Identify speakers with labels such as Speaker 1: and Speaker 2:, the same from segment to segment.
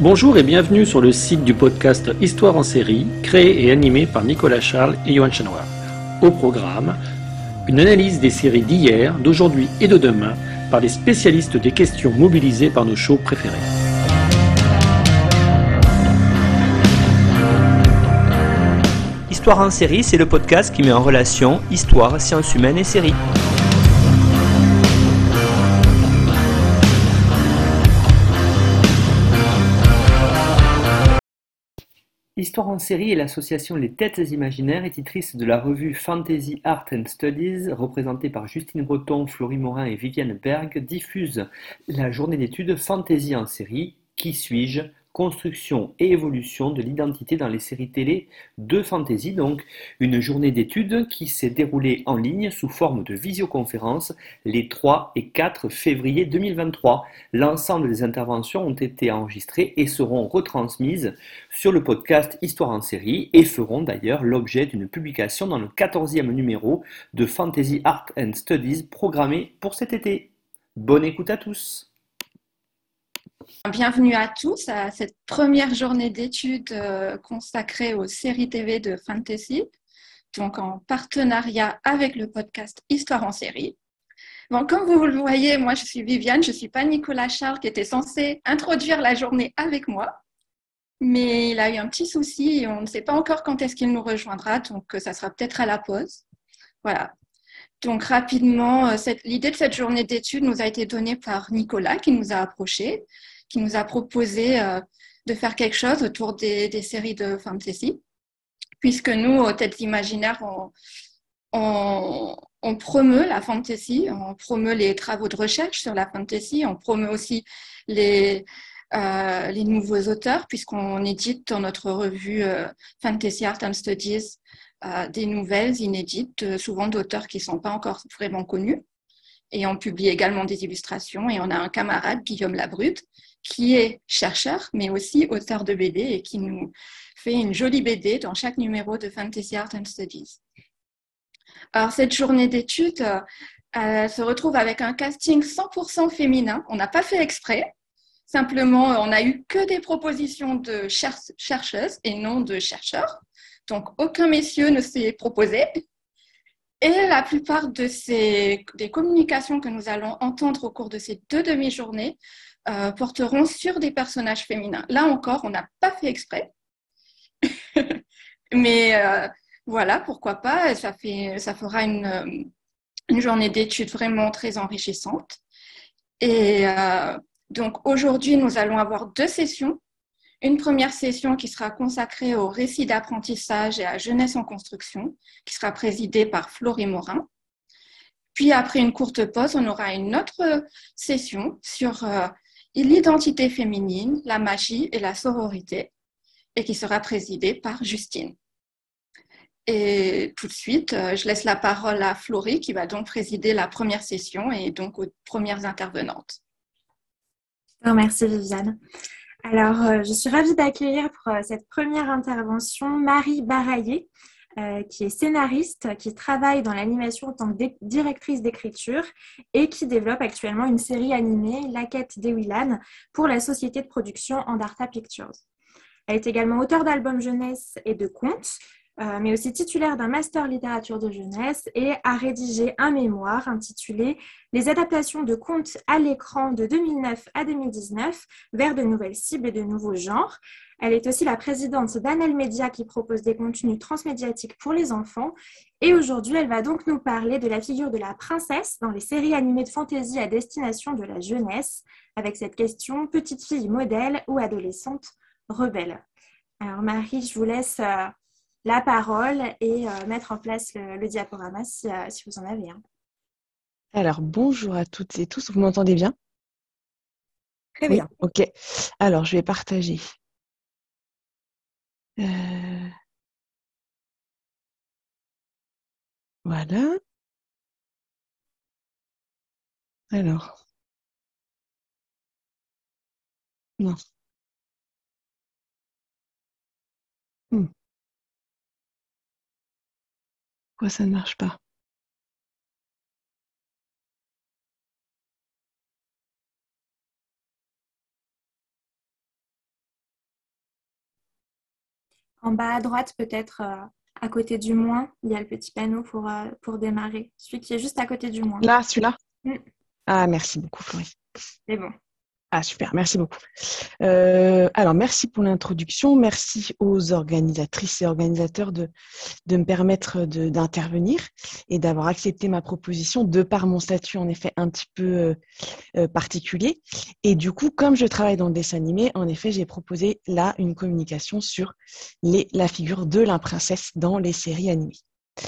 Speaker 1: Bonjour et bienvenue sur le site du podcast Histoire en série, créé et animé par Nicolas Charles et Johan Chanoir. Au programme, une analyse des séries d'hier, d'aujourd'hui et de demain par les spécialistes des questions mobilisées par nos shows préférés.
Speaker 2: Histoire en série, c'est le podcast qui met en relation histoire, sciences humaines et séries.
Speaker 3: Histoire en série est l'association Les Têtes Imaginaires, éditrice de la revue Fantasy Art and Studies, représentée par Justine Breton, Florie Morin et Viviane Berg, diffuse la journée d'études Fantasy en série, Qui suis-je? Construction et évolution de l'identité dans les séries télé de fantasy, donc une journée d'études qui s'est déroulée en ligne sous forme de visioconférence les 3 et 4 février 2023. L'ensemble des interventions ont été enregistrées et seront retransmises sur le podcast Histoire en série et feront d'ailleurs l'objet d'une publication dans le 14e numéro de Fantasy Art and Studies programmé pour cet été. Bonne écoute à tous.
Speaker 4: Bienvenue à tous à cette première journée d'études consacrée aux séries TV de Fantasy, donc en partenariat avec le podcast Histoire en série. Bon, comme vous le voyez, moi je suis Viviane, je ne suis pas Nicolas Charles qui était censé introduire la journée avec moi, mais il a eu un petit souci et on ne sait pas encore quand est-ce qu'il nous rejoindra, donc ça sera peut-être à la pause. Voilà. Donc rapidement, l'idée de cette journée d'études nous a été donnée par Nicolas qui nous a approchés, qui nous a proposé de faire quelque chose autour des séries de fantasy, puisque nous, aux Têtes Imaginaires, on promeut la fantasy, on promeut les travaux de recherche sur la fantasy, on promeut aussi les nouveaux auteurs, puisqu'on édite dans notre revue Fantasy Art and Studies des nouvelles inédites, souvent d'auteurs qui ne sont pas encore vraiment connus. Et on publie également des illustrations. Et on a un camarade, Guillaume Labrude, qui est chercheur, mais aussi auteur de BD et qui nous fait une jolie BD dans chaque numéro de Fantasy Art and Studies. Alors, cette journée d'études se retrouve avec un casting 100% féminin. On n'a pas fait exprès. Simplement, on n'a eu que des propositions de chercheuses et non de chercheurs. Donc, aucun messieurs ne s'est proposé. Et la plupart des communications que nous allons entendre au cours de ces 2 demi-journées porteront sur des personnages féminins. Là encore, on n'a pas fait exprès. Mais voilà, pourquoi pas. Ça fera une journée d'études vraiment très enrichissante. Et donc, aujourd'hui, nous allons avoir 2 sessions. Une première session qui sera consacrée au récit d'apprentissage et à jeunesse en construction, qui sera présidée par Florie Morin. Puis après une courte pause, on aura une autre session sur l'identité féminine, la magie et la sororité, et qui sera présidée par Justine. Et tout de suite, je laisse la parole à Florie, qui va donc présider la première session et donc aux premières intervenantes.
Speaker 5: Merci Viviane. Alors, je suis ravie d'accueillir pour cette première intervention Marie Baraillé, qui est scénariste, qui travaille dans l'animation en tant que directrice d'écriture et qui développe actuellement une série animée, La Quête d'Ewilan, pour la société de production Andarta Pictures. Elle est également auteure d'albums jeunesse et de contes, mais aussi titulaire d'un master littérature de jeunesse et a rédigé un mémoire intitulé « Les adaptations de contes à l'écran de 2009 à 2019 vers de nouvelles cibles et de nouveaux genres ». Elle est aussi la présidente d'Anel Media qui propose des contenus transmédiatiques pour les enfants. Et aujourd'hui, elle va donc nous parler de la figure de la princesse dans les séries animées de fantasy à destination de la jeunesse, avec cette question « petite fille modèle ou adolescente rebelle ». Alors Marie, je vous laisse la parole et mettre en place le diaporama si vous en avez un.
Speaker 6: Alors, bonjour à toutes et tous, vous m'entendez bien?
Speaker 5: Très bien.
Speaker 6: Oui, ok. Alors, je vais partager. Voilà. Alors. Non. Pourquoi ça ne marche pas?
Speaker 5: En bas à droite, peut-être à côté du moins, il y a le petit panneau pour démarrer. Celui qui est juste à côté du moins.
Speaker 6: Là, celui-là?
Speaker 5: Mm.
Speaker 6: Ah, merci beaucoup, Florie.
Speaker 5: C'est bon.
Speaker 6: Ah, super, merci beaucoup. Alors, merci pour l'introduction. Merci aux organisatrices et organisateurs de me permettre d'intervenir et d'avoir accepté ma proposition de par mon statut, en effet, un petit peu particulier. Et du coup, comme je travaille dans le dessin animé, en effet, j'ai proposé là une communication sur la figure de la princesse dans les séries animées.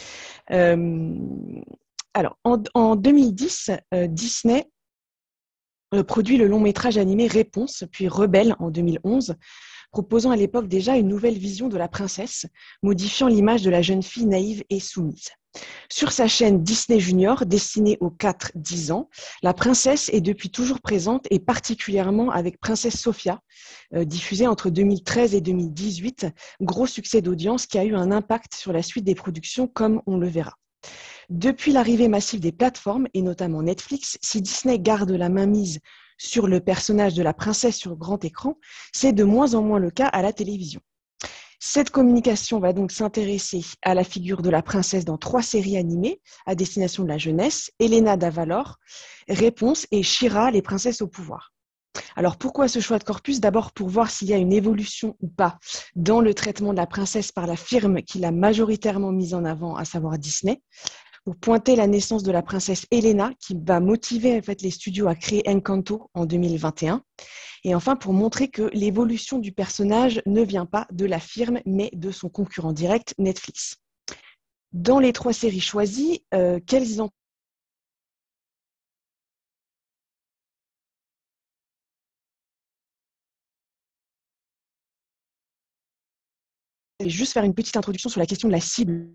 Speaker 6: Alors, en 2010, Disney produit le long métrage animé Réponse, puis Rebelle en 2011, proposant à l'époque déjà une nouvelle vision de la princesse, modifiant l'image de la jeune fille naïve et soumise. Sur sa chaîne Disney Junior, destinée aux 4-10 ans, la princesse est depuis toujours présente et particulièrement avec Princesse Sophia, diffusée entre 2013 et 2018, gros succès d'audience qui a eu un impact sur la suite des productions comme on le verra. Depuis l'arrivée massive des plateformes, et notamment Netflix, si Disney garde la mainmise sur le personnage de la princesse sur grand écran, c'est de moins en moins le cas à la télévision. Cette communication va donc s'intéresser à la figure de la princesse dans 3 séries animées à destination de la jeunesse, Elena d'Avalor, Réponse et She-Ra, les princesses au pouvoir. Alors pourquoi ce choix de corpus? D'abord pour voir s'il y a une évolution ou pas dans le traitement de la princesse par la firme qui l'a majoritairement mise en avant, à savoir Disney, pour pointer la naissance de la princesse Elena qui va motiver en fait, les studios à créer Encanto en 2021. Et enfin, pour montrer que l'évolution du personnage ne vient pas de la firme, mais de son concurrent direct, Netflix. Dans les 3 séries choisies, quels en Je vais juste faire une petite introduction sur la question de la cible.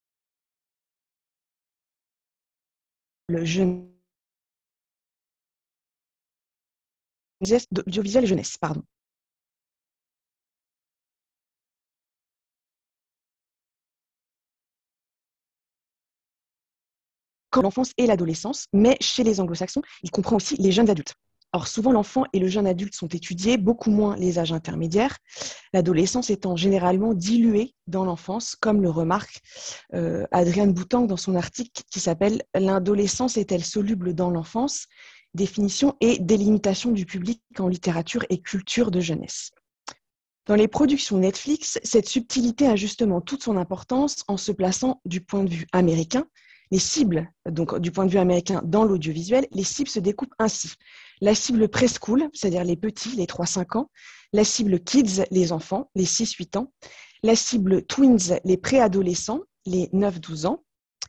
Speaker 6: Le jeune audiovisuel jeunesse, pardon. L'enfance et l'adolescence, mais chez les anglo-saxons, il comprend aussi les jeunes adultes. Or, souvent, l'enfant et le jeune adulte sont étudiés, beaucoup moins les âges intermédiaires, l'adolescence étant généralement diluée dans l'enfance, comme le remarque Adrienne Boutang dans son article qui s'appelle « L'adolescence est-elle soluble dans l'enfance ? Définition et délimitation du public en littérature et culture de jeunesse ». Dans les productions Netflix, cette subtilité a justement toute son importance en se plaçant du point de vue américain. Les cibles, donc du point de vue américain dans l'audiovisuel, les cibles se découpent ainsi. La cible preschool, c'est-à-dire les petits, les 3-5 ans. La cible kids, les enfants, les 6-8 ans. La cible tweens, les préadolescents, les 9-12 ans.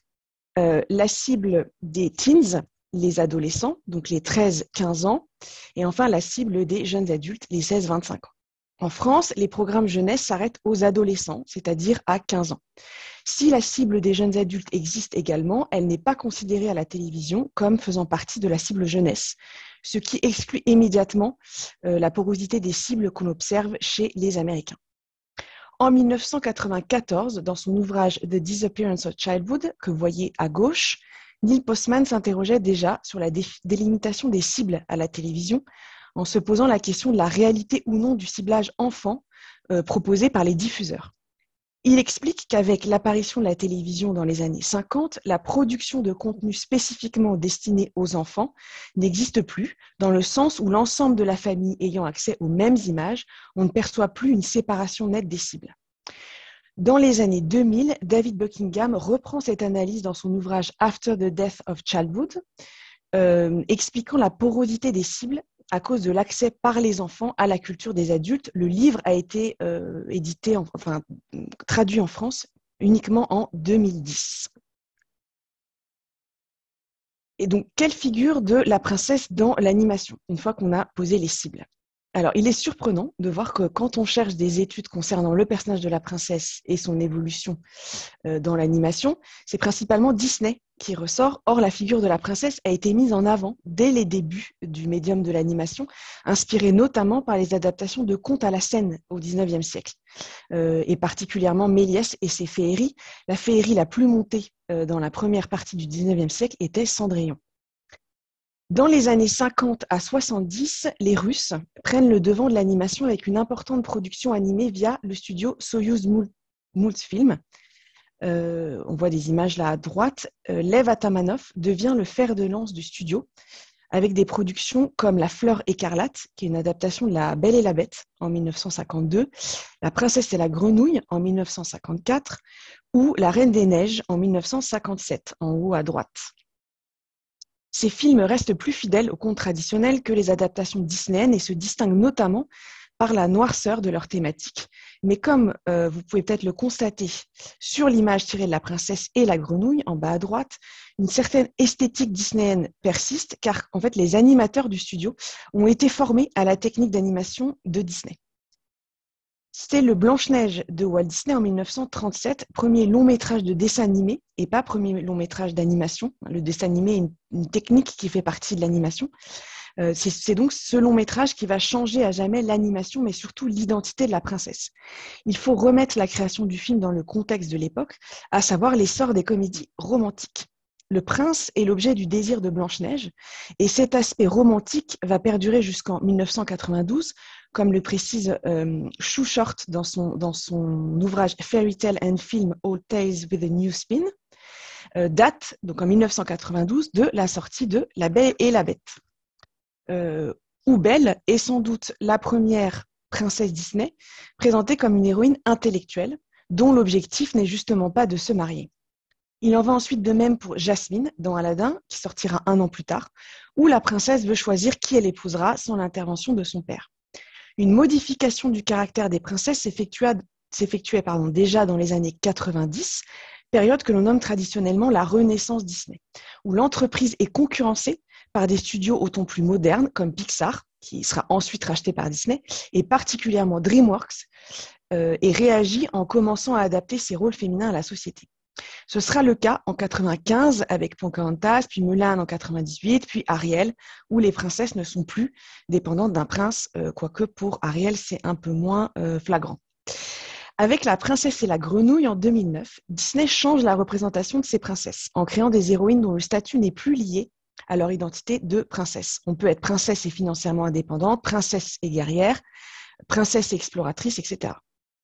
Speaker 6: La cible des teens, les adolescents, donc les 13-15 ans. Et enfin, la cible des jeunes adultes, les 16-25 ans. En France, les programmes jeunesse s'arrêtent aux adolescents, c'est-à-dire à 15 ans. Si la cible des jeunes adultes existe également, elle n'est pas considérée à la télévision comme faisant partie de la cible jeunesse, ce qui exclut immédiatement la porosité des cibles qu'on observe chez les Américains. En 1994, dans son ouvrage The Disappearance of Childhood, que vous voyez à gauche, Neil Postman s'interrogeait déjà sur la délimitation des cibles à la télévision en se posant la question de la réalité ou non du ciblage enfant proposé par les diffuseurs. Il explique qu'avec l'apparition de la télévision dans les années 50, la production de contenu spécifiquement destiné aux enfants n'existe plus, dans le sens où l'ensemble de la famille ayant accès aux mêmes images, on ne perçoit plus une séparation nette des cibles. Dans les années 2000, David Buckingham reprend cette analyse dans son ouvrage After the Death of Childhood, expliquant la porosité des cibles à cause de l'accès par les enfants à la culture des adultes. Le livre a été traduit en France uniquement en 2010. Et donc, quelle figure de la princesse dans l'animation, une fois qu'on a posé les cibles? Alors, il est surprenant de voir que quand on cherche des études concernant le personnage de la princesse et son évolution dans l'animation, c'est principalement Disney qui ressort. Or, la figure de la princesse a été mise en avant dès les débuts du médium de l'animation, inspirée notamment par les adaptations de contes à la scène au XIXe siècle, et particulièrement Méliès et ses féeries. La féerie la plus montée dans la première partie du XIXe siècle était Cendrillon. Dans les années 50 à 70, les Russes prennent le devant de l'animation avec une importante production animée via le studio Soyuz Multfilm. On voit des images là à droite. Lev Atamanov devient le fer de lance du studio avec des productions comme La Fleur écarlate, qui est une adaptation de La Belle et la Bête en 1952, La Princesse et la Grenouille en 1954 ou La Reine des Neiges en 1957, en haut à droite. Ces films restent plus fidèles au conte traditionnel que les adaptations disneyennes et se distinguent notamment par la noirceur de leur thématique. Mais comme vous pouvez peut-être le constater sur l'image tirée de La Princesse et la Grenouille, en bas à droite, une certaine esthétique disneyenne persiste, car en fait, les animateurs du studio ont été formés à la technique d'animation de Disney. C'est le Blanche-Neige de Walt Disney en 1937, premier long métrage de dessin animé et pas premier long métrage d'animation. Le dessin animé est une technique qui fait partie de l'animation. C'est donc ce long métrage qui va changer à jamais l'animation, mais surtout l'identité de la princesse. Il faut remettre la création du film dans le contexte de l'époque, à savoir l'essor des comédies romantiques. Le prince est l'objet du désir de Blanche-Neige, et cet aspect romantique va perdurer jusqu'en 1992, comme le précise Sue Short dans son ouvrage Fairy Tale and Film Old Tales with a New Spin, date, donc en 1992, de la sortie de La Belle et la Bête. Où Belle est sans doute la première princesse Disney présentée comme une héroïne intellectuelle, dont l'objectif n'est justement pas de se marier. Il en va ensuite de même pour Jasmine dans Aladdin, qui sortira 1 an plus tard, où la princesse veut choisir qui elle épousera sans l'intervention de son père. Une modification du caractère des princesses s'effectuait déjà dans les années 90, période que l'on nomme traditionnellement la Renaissance Disney, où l'entreprise est concurrencée par des studios au ton plus modernes comme Pixar, qui sera ensuite racheté par Disney, et particulièrement DreamWorks, et réagit en commençant à adapter ses rôles féminins à la société. Ce sera le cas en 95 avec Pocahontas, puis Mulan en 98, puis Ariel, où les princesses ne sont plus dépendantes d'un prince, quoique pour Ariel, c'est un peu moins flagrant. Avec La Princesse et la Grenouille en 2009, Disney change la représentation de ces princesses en créant des héroïnes dont le statut n'est plus lié à leur identité de princesse. On peut être princesse et financièrement indépendante, princesse et guerrière, princesse et exploratrice, etc.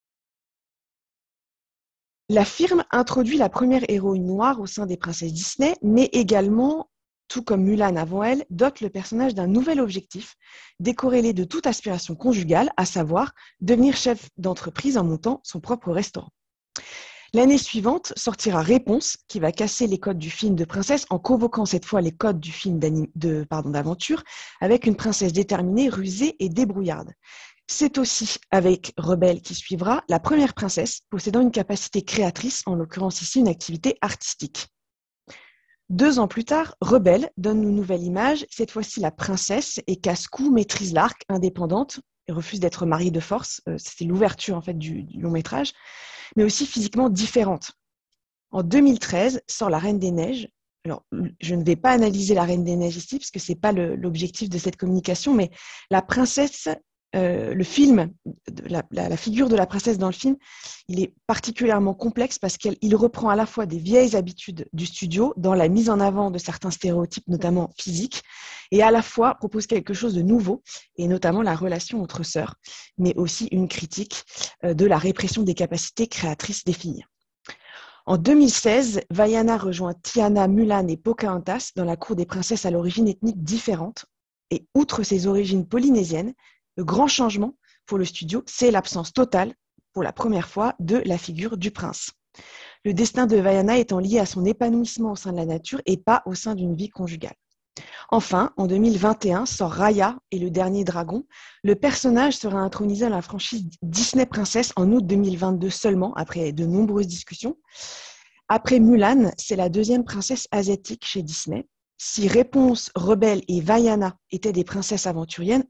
Speaker 6: La firme introduit la première héroïne noire au sein des princesses Disney, mais également, tout comme Mulan avant elle, dote le personnage d'un nouvel objectif, décorrélé de toute aspiration conjugale, à savoir devenir chef d'entreprise en montant son propre restaurant. L'année suivante sortira Réponse, qui va casser les codes du film de princesse en convoquant cette fois les codes du film d'aventure, avec une princesse déterminée, rusée et débrouillarde. C'est aussi, avec Rebelle qui suivra, la première princesse possédant une capacité créatrice, en l'occurrence ici une activité artistique. 2 ans plus tard, Rebelle donne une nouvelle image, cette fois-ci la princesse est casse-cou, maîtrise l'arc, indépendante, et refuse d'être mariée de force, c'était l'ouverture en fait du long métrage, mais aussi physiquement différente. En 2013, sort La Reine des Neiges. Alors, je ne vais pas analyser La Reine des Neiges ici, parce que ce n'est pas l'objectif de cette communication, mais la princesse, le film, la figure de la princesse dans le film, il est particulièrement complexe parce qu'il reprend à la fois des vieilles habitudes du studio dans la mise en avant de certains stéréotypes, notamment physiques, et à la fois propose quelque chose de nouveau, et notamment la relation entre sœurs, mais aussi une critique de la répression des capacités créatrices des filles. En 2016, Vaiana rejoint Tiana, Mulan et Pocahontas dans la cour des princesses à l'origine ethnique différente, et outre ses origines polynésiennes, le grand changement pour le studio, c'est l'absence totale, pour la première fois, de la figure du prince. Le destin de Vaiana étant lié à son épanouissement au sein de la nature et pas au sein d'une vie conjugale. Enfin, en 2021, sort Raya et le dernier dragon. Le personnage sera intronisé dans la franchise Disney Princess en août 2022 seulement, après de nombreuses discussions. Après Mulan, c'est la 2e princesse asiatique chez Disney. Si Réponse, Rebelle et Vaiana étaient des princesses aventurières,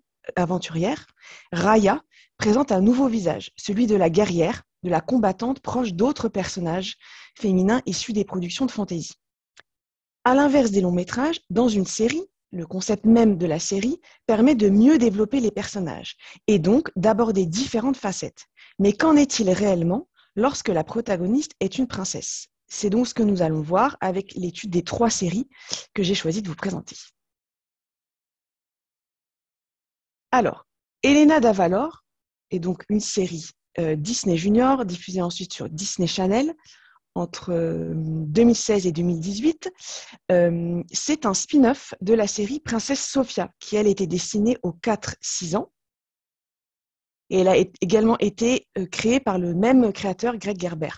Speaker 6: Raya présente un nouveau visage, celui de la guerrière, de la combattante proche d'autres personnages féminins issus des productions de fantasy. À l'inverse des longs métrages, dans une série, le concept même de la série permet de mieux développer les personnages et donc d'aborder différentes facettes. Mais qu'en est-il réellement lorsque la protagoniste est une princesse ? C'est donc ce que nous allons voir avec l'étude des 3 séries que j'ai choisi de vous présenter. Alors, Elena d'Avalor est donc une série Disney Junior, diffusée ensuite sur Disney Channel entre 2016 et 2018. C'est un spin-off de la série Princesse Sophia, qui elle était destinée aux 4-6 ans. Et elle a également été créée par le même créateur, Greg Gerber.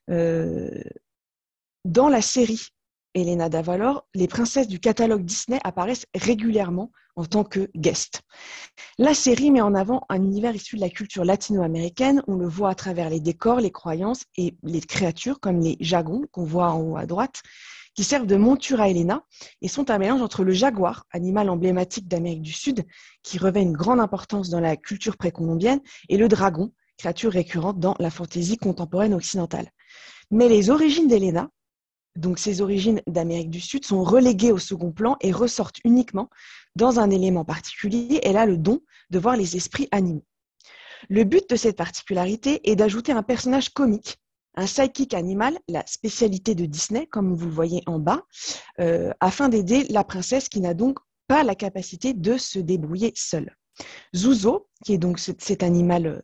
Speaker 6: Dans la série Elena d'Avalor, les princesses du catalogue Disney apparaissent régulièrement en tant que guest. La série met en avant un univers issu de la culture latino-américaine. On le voit à travers les décors, les croyances et les créatures comme les jagons qu'on voit en haut à droite, qui servent de monture à Elena et sont un mélange entre le jaguar, animal emblématique d'Amérique du Sud, qui revêt une grande importance dans la culture précolombienne, et le dragon, créature récurrente dans la fantaisie contemporaine occidentale. Mais les origines d'Elena, donc ses origines d'Amérique du Sud, sont reléguées au second plan et ressortent uniquement dans un élément particulier. Elle a le don de voir les esprits animaux. Le but de cette particularité est d'ajouter un personnage comique, un sidekick animal, la spécialité de Disney, comme vous le voyez en bas, afin d'aider la princesse qui n'a donc pas la capacité de se débrouiller seule. Zuzo, qui est donc cet animal,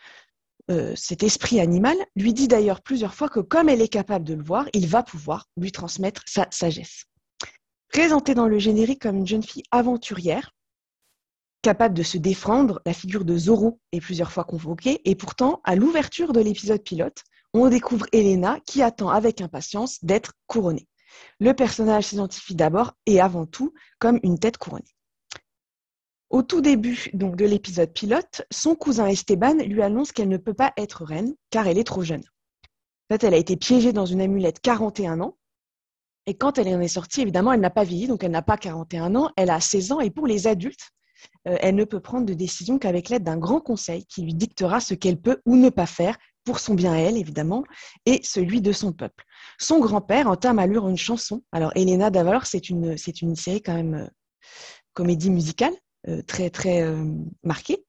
Speaker 6: cet esprit animal, lui dit d'ailleurs plusieurs fois que comme elle est capable de le voir, il va pouvoir lui transmettre sa sagesse. Présentée dans le générique comme une jeune fille aventurière, capable de se défendre, la figure de Zorro est plusieurs fois convoquée, et pourtant, à l'ouverture de l'épisode pilote, on découvre Elena qui attend avec impatience d'être couronnée. Le personnage s'identifie d'abord et avant tout comme une tête couronnée. Au tout début donc, de l'épisode pilote, son cousin Esteban lui annonce qu'elle ne peut pas être reine car elle est trop jeune. En fait, elle a été piégée dans une amulette 41 ans, et quand elle en est sortie, évidemment, elle n'a pas vieilli, donc elle n'a pas 41 ans, elle a 16 ans, et pour les adultes, elle ne peut prendre de décision qu'avec l'aide d'un grand conseil qui lui dictera ce qu'elle peut ou ne pas faire pour son bien à elle, évidemment, et celui de son peuple. Son grand-père entame alors une chanson. Alors, Elena d'Avalor, c'est une série quand même comédie musicale, très, très marquée,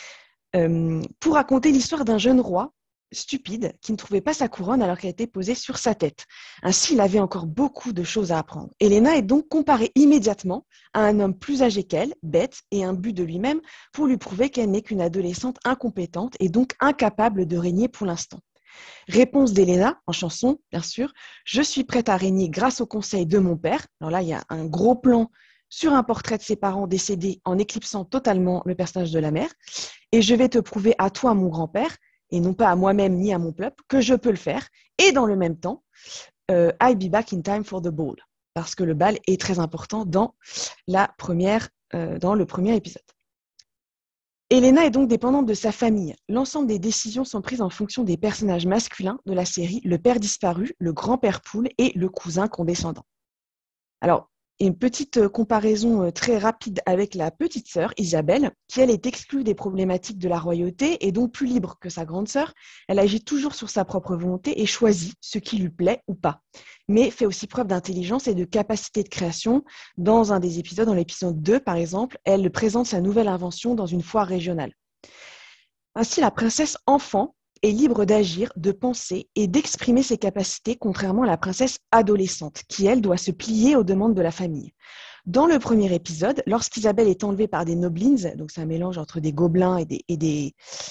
Speaker 6: pour raconter l'histoire d'un jeune roi stupide qui ne trouvait pas sa couronne alors qu'elle était posée sur sa tête. Ainsi, il avait encore beaucoup de choses à apprendre. Elena est donc comparée immédiatement à un homme plus âgé qu'elle, bête et imbu de lui-même, pour lui prouver qu'elle n'est qu'une adolescente incompétente et donc incapable de régner pour l'instant. Réponse d'Elena, en chanson, bien sûr, « Je suis prête à régner grâce au conseil de mon père ». Alors là, il y a un gros plan sur un portrait de ses parents décédés en éclipsant totalement le personnage de la mère. « Et je vais te prouver à toi, mon grand-père, et non pas à moi-même ni à mon peuple, que je peux le faire. Et dans le même temps, I'll be back in time for the ball. » Parce que le bal est très important dans le premier épisode. Elena est donc dépendante de sa famille. L'ensemble des décisions sont prises en fonction des personnages masculins de la série, le père disparu, le grand-père poule et le cousin condescendant. Alors, une petite comparaison très rapide avec la petite sœur, Isabelle, qui elle est exclue des problématiques de la royauté et donc plus libre que sa grande sœur. Elle agit toujours sur sa propre volonté et choisit ce qui lui plaît ou pas, mais fait aussi preuve d'intelligence et de capacité de création. Dans un des épisodes, dans l'épisode 2 par exemple, elle présente sa nouvelle invention dans une foire régionale. Ainsi, la princesse enfant est libre d'agir, de penser et d'exprimer ses capacités, contrairement à la princesse adolescente, qui, elle, doit se plier aux demandes de la famille. Dans le premier épisode, lorsqu'Isabelle est enlevée par des noblins, donc c'est un mélange entre des gobelins et des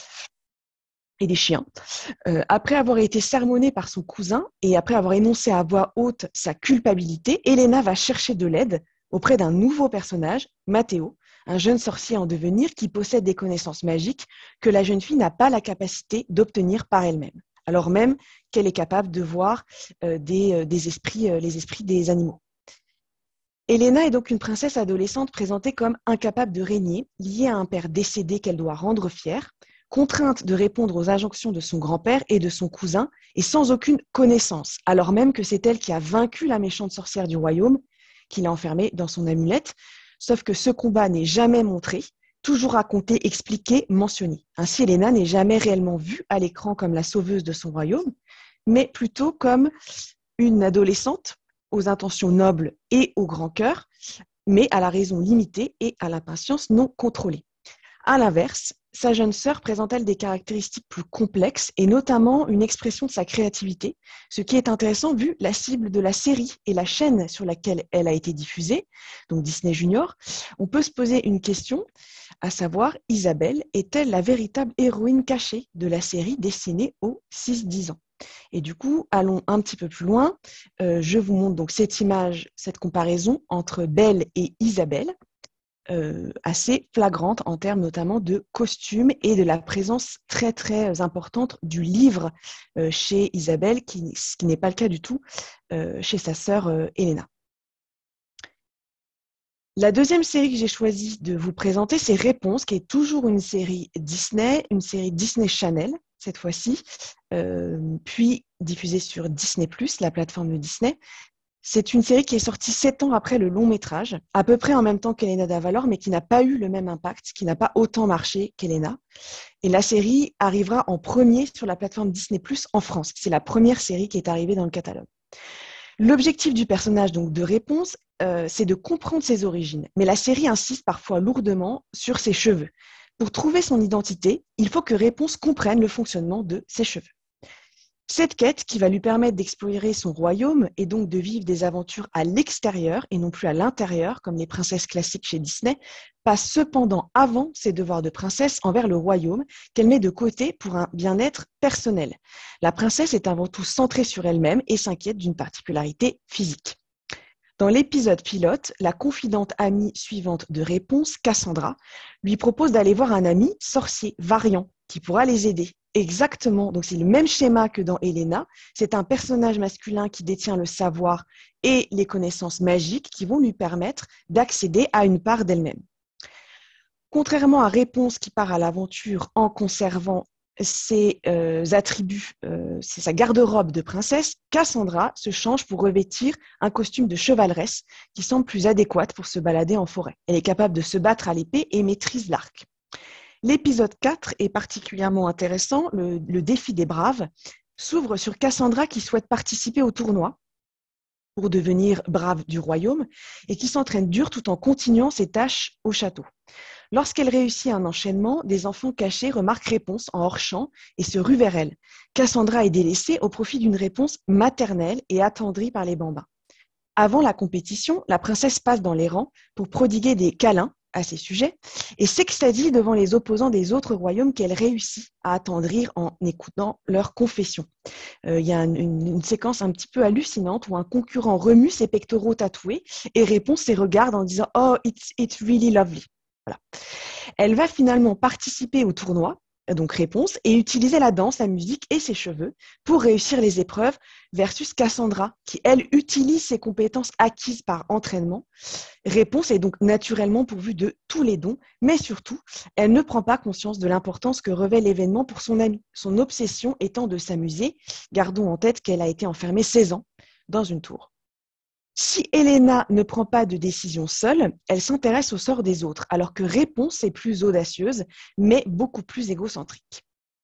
Speaker 6: chiens, après avoir été sermonnée par son cousin et après avoir énoncé à voix haute sa culpabilité, Elena va chercher de l'aide auprès d'un nouveau personnage, Matteo, un jeune sorcier en devenir qui possède des connaissances magiques que la jeune fille n'a pas la capacité d'obtenir par elle-même, alors même qu'elle est capable de voir les esprits des animaux. Elena est donc une princesse adolescente présentée comme incapable de régner, liée à un père décédé qu'elle doit rendre fier, contrainte de répondre aux injonctions de son grand-père et de son cousin, et sans aucune connaissance, alors même que c'est elle qui a vaincu la méchante sorcière du royaume, qui l'a enfermée dans son amulette. Sauf que ce combat n'est jamais montré, toujours raconté, expliqué, mentionné. Ainsi, Elena n'est jamais réellement vue à l'écran comme la sauveuse de son royaume, mais plutôt comme une adolescente aux intentions nobles et au grand cœur, mais à la raison limitée et à l'impatience non contrôlée. À l'inverse, sa jeune sœur présente-t-elle des caractéristiques plus complexes et notamment une expression de sa créativité, ce qui est intéressant vu la cible de la série et la chaîne sur laquelle elle a été diffusée, donc Disney Junior. On peut se poser une question, à savoir, Isabelle est-elle la véritable héroïne cachée de la série destinée aux 6-10 ans? Et du coup, allons un petit peu plus loin. Je vous montre donc cette image, cette comparaison entre Belle et Isabelle. Assez flagrante en termes notamment de costumes et de la présence très très importante du livre chez Isabelle, ce qui n'est pas le cas du tout chez sa sœur Elena. La deuxième série que j'ai choisi de vous présenter, c'est Réponse, qui est toujours une série Disney Channel cette fois-ci, puis diffusée sur Disney+, la plateforme de Disney. C'est une série qui est sortie 7 ans après le long métrage, à peu près en même temps qu'Elena d'Avalor, mais qui n'a pas eu le même impact, qui n'a pas autant marché qu'Elena. Et la série arrivera en premier sur la plateforme Disney+ en France. C'est la première série qui est arrivée dans le catalogue. L'objectif du personnage donc de Réponse, c'est de comprendre ses origines. Mais la série insiste parfois lourdement sur ses cheveux. Pour trouver son identité, il faut que Réponse comprenne le fonctionnement de ses cheveux. Cette quête, qui va lui permettre d'explorer son royaume et donc de vivre des aventures à l'extérieur et non plus à l'intérieur, comme les princesses classiques chez Disney, passe cependant avant ses devoirs de princesse envers le royaume qu'elle met de côté pour un bien-être personnel. La princesse est avant tout centrée sur elle-même et s'inquiète d'une particularité physique. Dans l'épisode pilote, la confidente amie suivante de Réponse, Cassandra, lui propose d'aller voir un ami sorcier variant qui pourra les aider. Exactement, donc c'est le même schéma que dans Elena. C'est un personnage masculin qui détient le savoir et les connaissances magiques qui vont lui permettre d'accéder à une part d'elle-même. Contrairement à Réponse qui part à l'aventure en conservant ses attributs, c'est sa garde-robe de princesse, Cassandra se change pour revêtir un costume de chevaleresse qui semble plus adéquat pour se balader en forêt. Elle est capable de se battre à l'épée et maîtrise l'arc. L'épisode 4 est particulièrement intéressant. Le défi des braves s'ouvre sur Cassandra qui souhaite participer au tournoi pour devenir brave du royaume et qui s'entraîne dur tout en continuant ses tâches au château. Lorsqu'elle réussit un enchaînement, des enfants cachés remarquent Réponse en hors-champ et se ruent vers elle. Cassandra est délaissée au profit d'une réponse maternelle et attendrie par les bambins. Avant la compétition, la princesse passe dans les rangs pour prodiguer des câlins à ses sujets et s'extasie devant les opposants des autres royaumes qu'elle réussit à attendrir en écoutant leurs confessions. Il y a une séquence un petit peu hallucinante où un concurrent remue ses pectoraux tatoués et répond ses regards en disant « Oh, it's really lovely ». Voilà. Elle va finalement participer au tournoi, donc Réponse, et utiliser la danse, la musique et ses cheveux pour réussir les épreuves versus Cassandra, qui, elle, utilise ses compétences acquises par entraînement. Réponse est donc naturellement pourvue de tous les dons, mais surtout, elle ne prend pas conscience de l'importance que revêt l'événement pour son amie, son obsession étant de s'amuser. Gardons en tête qu'elle a été enfermée 16 ans dans une tour. Si Elena ne prend pas de décision seule, elle s'intéresse au sort des autres, alors que Réponse est plus audacieuse, mais beaucoup plus égocentrique.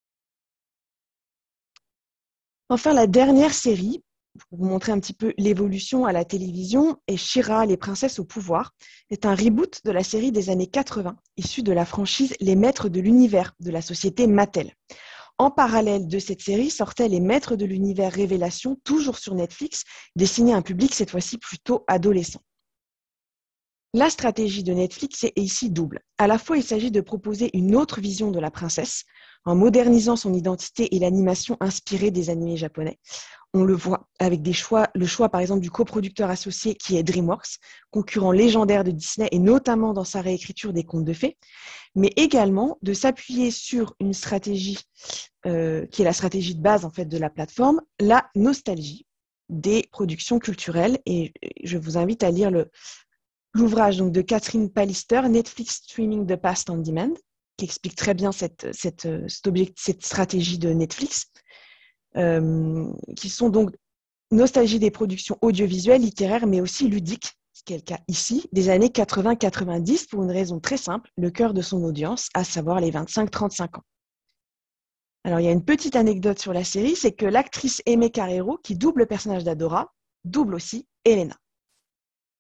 Speaker 6: Enfin, la dernière série, pour vous montrer un petit peu l'évolution à la télévision, est She-Ra, les princesses au pouvoir. C'est un reboot de la série des années 80, issue de la franchise Les Maîtres de l'Univers de la société Mattel. En parallèle de cette série sortaient Les Maîtres de l'Univers Révélation, toujours sur Netflix, destinés à un public cette fois-ci plutôt adolescent. La stratégie de Netflix est ici double. À la fois, il s'agit de proposer une autre vision de la princesse, en modernisant son identité et l'animation inspirée des animés japonais. On le voit avec le choix par exemple du coproducteur associé qui est DreamWorks, concurrent légendaire de Disney et notamment dans sa réécriture des contes de fées, mais également de s'appuyer sur une stratégie qui est la stratégie de base en fait de la plateforme, la nostalgie des productions culturelles. Et je vous invite à lire l'ouvrage donc, de Catherine Pallister, Netflix Streaming the Past on Demand, qui explique très bien cette stratégie de Netflix, qui sont donc nostalgie des productions audiovisuelles, littéraires, mais aussi ludiques, ce qui est le cas ici, des années 80-90, pour une raison très simple, le cœur de son audience, à savoir les 25-35 ans. Alors, il y a une petite anecdote sur la série, c'est que l'actrice Aimée Carrero, qui double le personnage d'Adora, double aussi Elena.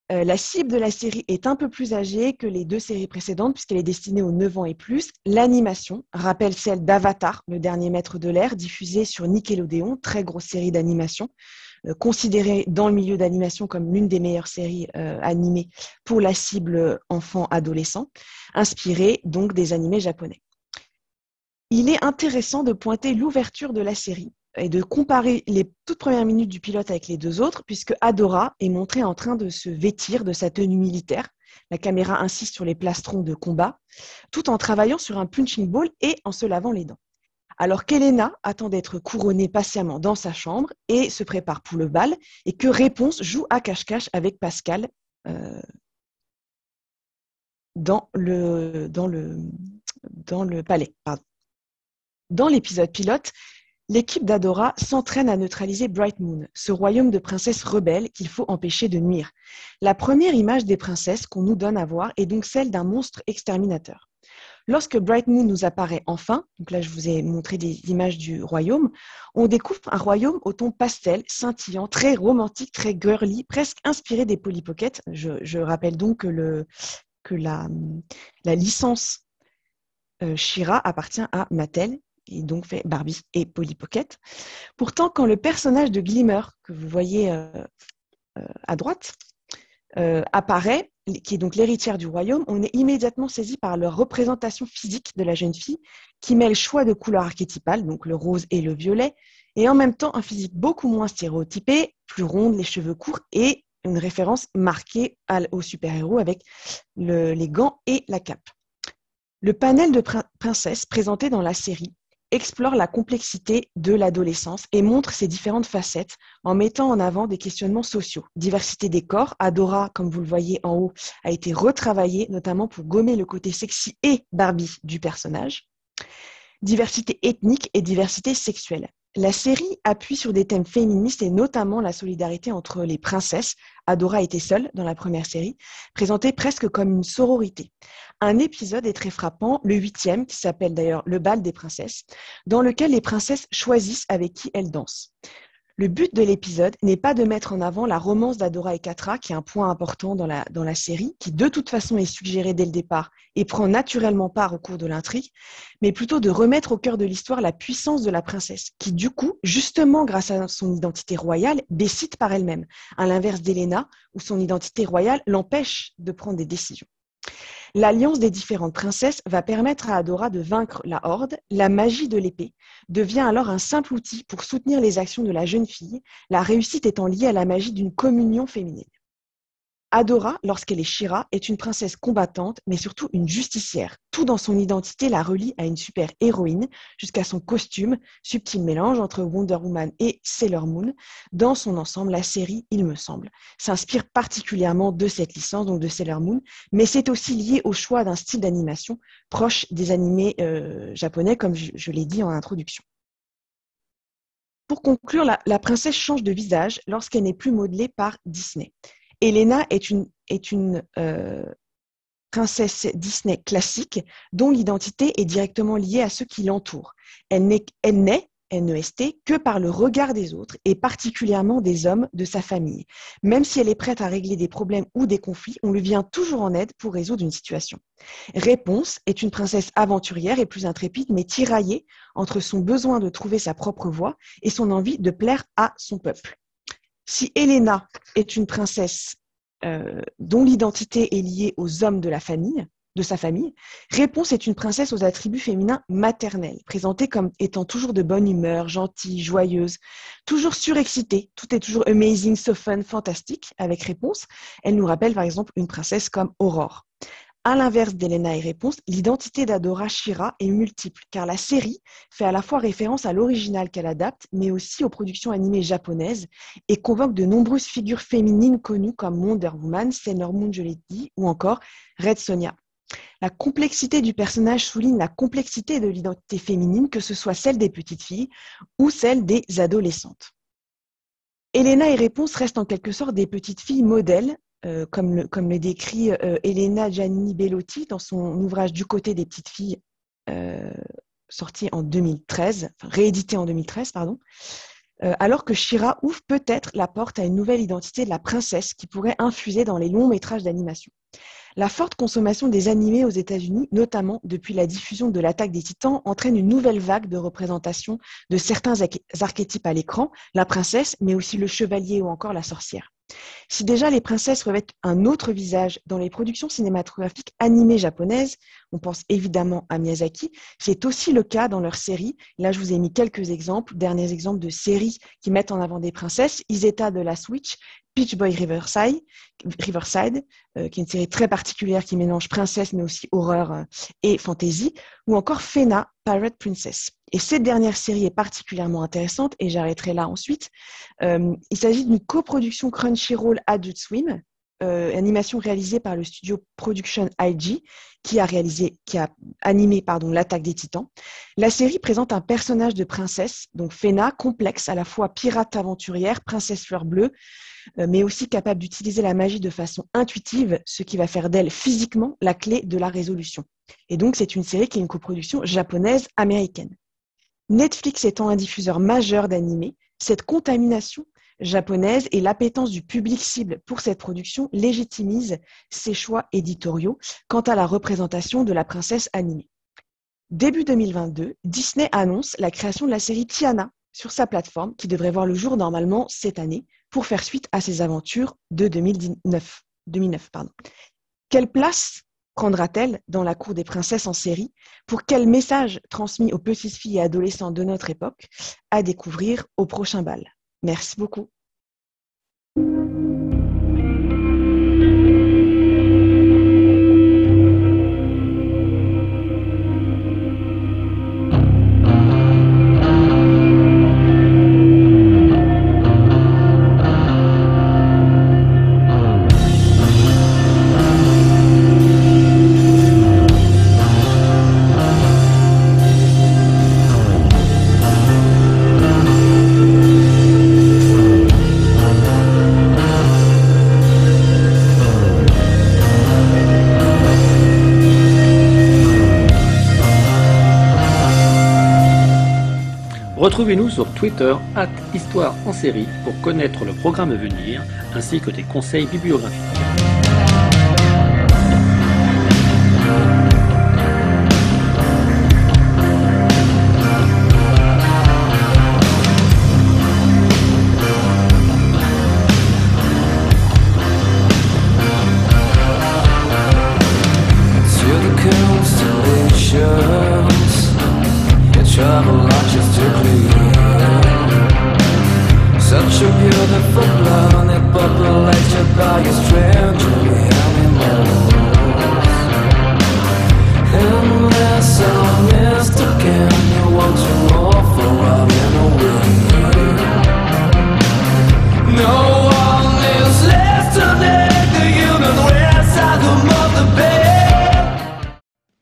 Speaker 6: La cible de la série est un peu plus âgée que les 2 séries précédentes puisqu'elle est destinée aux 9 ans et plus. L'animation rappelle celle d'Avatar, le dernier maître de l'air, diffusée sur Nickelodeon, très grosse série d'animation, considérée dans le milieu d'animation comme l'une des meilleures séries animées pour la cible enfant-adolescent, inspirée donc des animés japonais. Il est intéressant de pointer l'ouverture de la série et de comparer les toutes premières minutes du pilote avec les 2 autres, puisque Adora est montrée en train de se vêtir de sa tenue militaire. La caméra insiste sur les plastrons de combat, tout en travaillant sur un punching ball et en se lavant les dents. Alors qu'Elena attend d'être couronnée patiemment dans sa chambre et se prépare pour le bal, et que Réponse joue à cache-cache avec Pascal dans le palais. Pardon. Dans l'épisode pilote, l'équipe d'Adora s'entraîne à neutraliser Bright Moon, ce royaume de princesses rebelles qu'il faut empêcher de nuire. La première image des princesses qu'on nous donne à voir est donc celle d'un monstre exterminateur. Lorsque Bright Moon nous apparaît enfin, donc là je vous ai montré des images du royaume, on découvre un royaume au ton pastel, scintillant, très romantique, très girly, presque inspiré des Polly Pocket. Je rappelle donc que la licence She-Ra appartient à Mattel, et donc fait Barbie et Polly Pocket. Pourtant, quand le personnage de Glimmer, que vous voyez à droite, apparaît, qui est donc l'héritière du royaume, on est immédiatement saisi par leur représentation physique de la jeune fille, qui mêle choix de couleurs archétypales, donc le rose et le violet, et en même temps un physique beaucoup moins stéréotypé, plus ronde, les cheveux courts, et une référence marquée aux super-héros avec les gants et la cape. Le panel de princesses présenté dans la série explore la complexité de l'adolescence et montre ses différentes facettes en mettant en avant des questionnements sociaux. Diversité des corps, Adora, comme vous le voyez en haut, a été retravaillée notamment pour gommer le côté sexy et Barbie du personnage. Diversité ethnique et diversité sexuelle. La série appuie sur des thèmes féministes et notamment la solidarité entre les princesses. Adora était seule dans la première série, présentée presque comme une sororité. Un épisode est très frappant, le 8e, qui s'appelle d'ailleurs Le bal des princesses, dans lequel les princesses choisissent avec qui elles dansent. Le but de l'épisode n'est pas de mettre en avant la romance d'Adora et Catra, qui est un point important dans la série, qui de toute façon est suggérée dès le départ et prend naturellement part au cours de l'intrigue, mais plutôt de remettre au cœur de l'histoire la puissance de la princesse, qui du coup, justement grâce à son identité royale, décide par elle-même, à l'inverse d'Elena, où son identité royale l'empêche de prendre des décisions. L'alliance des différentes princesses va permettre à Adora de vaincre la Horde. La magie de l'épée devient alors un simple outil pour soutenir les actions de la jeune fille, la réussite étant liée à la magie d'une communion féminine. Adora, lorsqu'elle est She-Ra, est une princesse combattante, mais surtout une justicière. Tout dans son identité la relie à une super-héroïne, jusqu'à son costume, subtil mélange entre Wonder Woman et Sailor Moon. Dans son ensemble, la série, il me semble, s'inspire particulièrement de cette licence, donc de Sailor Moon, mais c'est aussi lié au choix d'un style d'animation proche des animés japonais, comme je l'ai dit en introduction. Pour conclure, la princesse change de visage lorsqu'elle n'est plus modelée par Disney. Elena est une princesse Disney classique dont l'identité est directement liée à ceux qui l'entourent. Elle n'est, N-E-S-T, que par le regard des autres et particulièrement des hommes de sa famille. Même si elle est prête à régler des problèmes ou des conflits, on lui vient toujours en aide pour résoudre une situation. Réponse est une princesse aventurière et plus intrépide, mais tiraillée entre son besoin de trouver sa propre voie et son envie de plaire à son peuple. Si Elena est une princesse dont l'identité est liée aux hommes de sa famille, Réponse est une princesse aux attributs féminins maternels, présentée comme étant toujours de bonne humeur, gentille, joyeuse, toujours surexcitée. Tout est toujours amazing, so fun, fantastique avec Réponse. Elle nous rappelle par exemple une princesse comme Aurore. À l'inverse d'Elena et Réponse, l'identité d'Adora She-Ra est multiple, car la série fait à la fois référence à l'original qu'elle adapte, mais aussi aux productions animées japonaises, et convoque de nombreuses figures féminines connues comme Wonder Woman, Sailor Moon, je l'ai dit, ou encore Red Sonja. La complexité du personnage souligne la complexité de l'identité féminine, que ce soit celle des petites filles ou celle des adolescentes. Elena et Réponse restent en quelque sorte des petites filles modèles, comme le décrit Elena Giannini Bellotti dans son ouvrage Du côté des petites filles, sorti en 2013, réédité en 2013, pardon. alors que She-Ra ouvre peut-être la porte à une nouvelle identité de la princesse qui pourrait infuser dans les longs métrages d'animation. La forte consommation des animés aux États-Unis, notamment depuis la diffusion de l'Attaque des Titans, entraîne une nouvelle vague de représentation de certains archétypes à l'écran, la princesse, mais aussi le chevalier ou encore la sorcière. Si déjà les princesses revêtent un autre visage dans les productions cinématographiques animées japonaises, on pense évidemment à Miyazaki, c'est aussi le cas dans leurs séries. Là, je vous ai mis quelques exemples, derniers exemples de séries qui mettent en avant des princesses. Izetta de la Switch, Peach Boy Riverside, qui est une série très particulière qui mélange princesse mais aussi horreur et fantasy, ou encore Fena, Pirate Princess. Et cette dernière série est particulièrement intéressante, et j'arrêterai là ensuite. Il s'agit d'une coproduction Crunchyroll Adult Swim, animation réalisée par le studio Production IG, qui a animé l'Attaque des Titans. La série présente un personnage de princesse, donc Fena, complexe, à la fois pirate aventurière, princesse fleur bleue, mais aussi capable d'utiliser la magie de façon intuitive, ce qui va faire d'elle physiquement la clé de la résolution. Et donc, c'est une série qui est une coproduction japonaise-américaine. Netflix étant un diffuseur majeur d'animés, cette contamination japonaise et l'appétence du public cible pour cette production légitimisent ses choix éditoriaux quant à la représentation de la princesse animée. Début 2022, Disney annonce la création de la série Tiana sur sa plateforme, qui devrait voir le jour normalement cette année, pour faire suite à ses aventures de 2009. Quelle place prendra-t-elle dans la cour des princesses en série? Pour quel message transmis aux petites filles et adolescents de notre époque? À découvrir au prochain bal. Merci beaucoup.
Speaker 1: Retrouvez-nous sur Twitter @Histoire en série pour connaître le programme à venir ainsi que des conseils bibliographiques.
Speaker 7: Travel not just to clean. Such a beautiful place.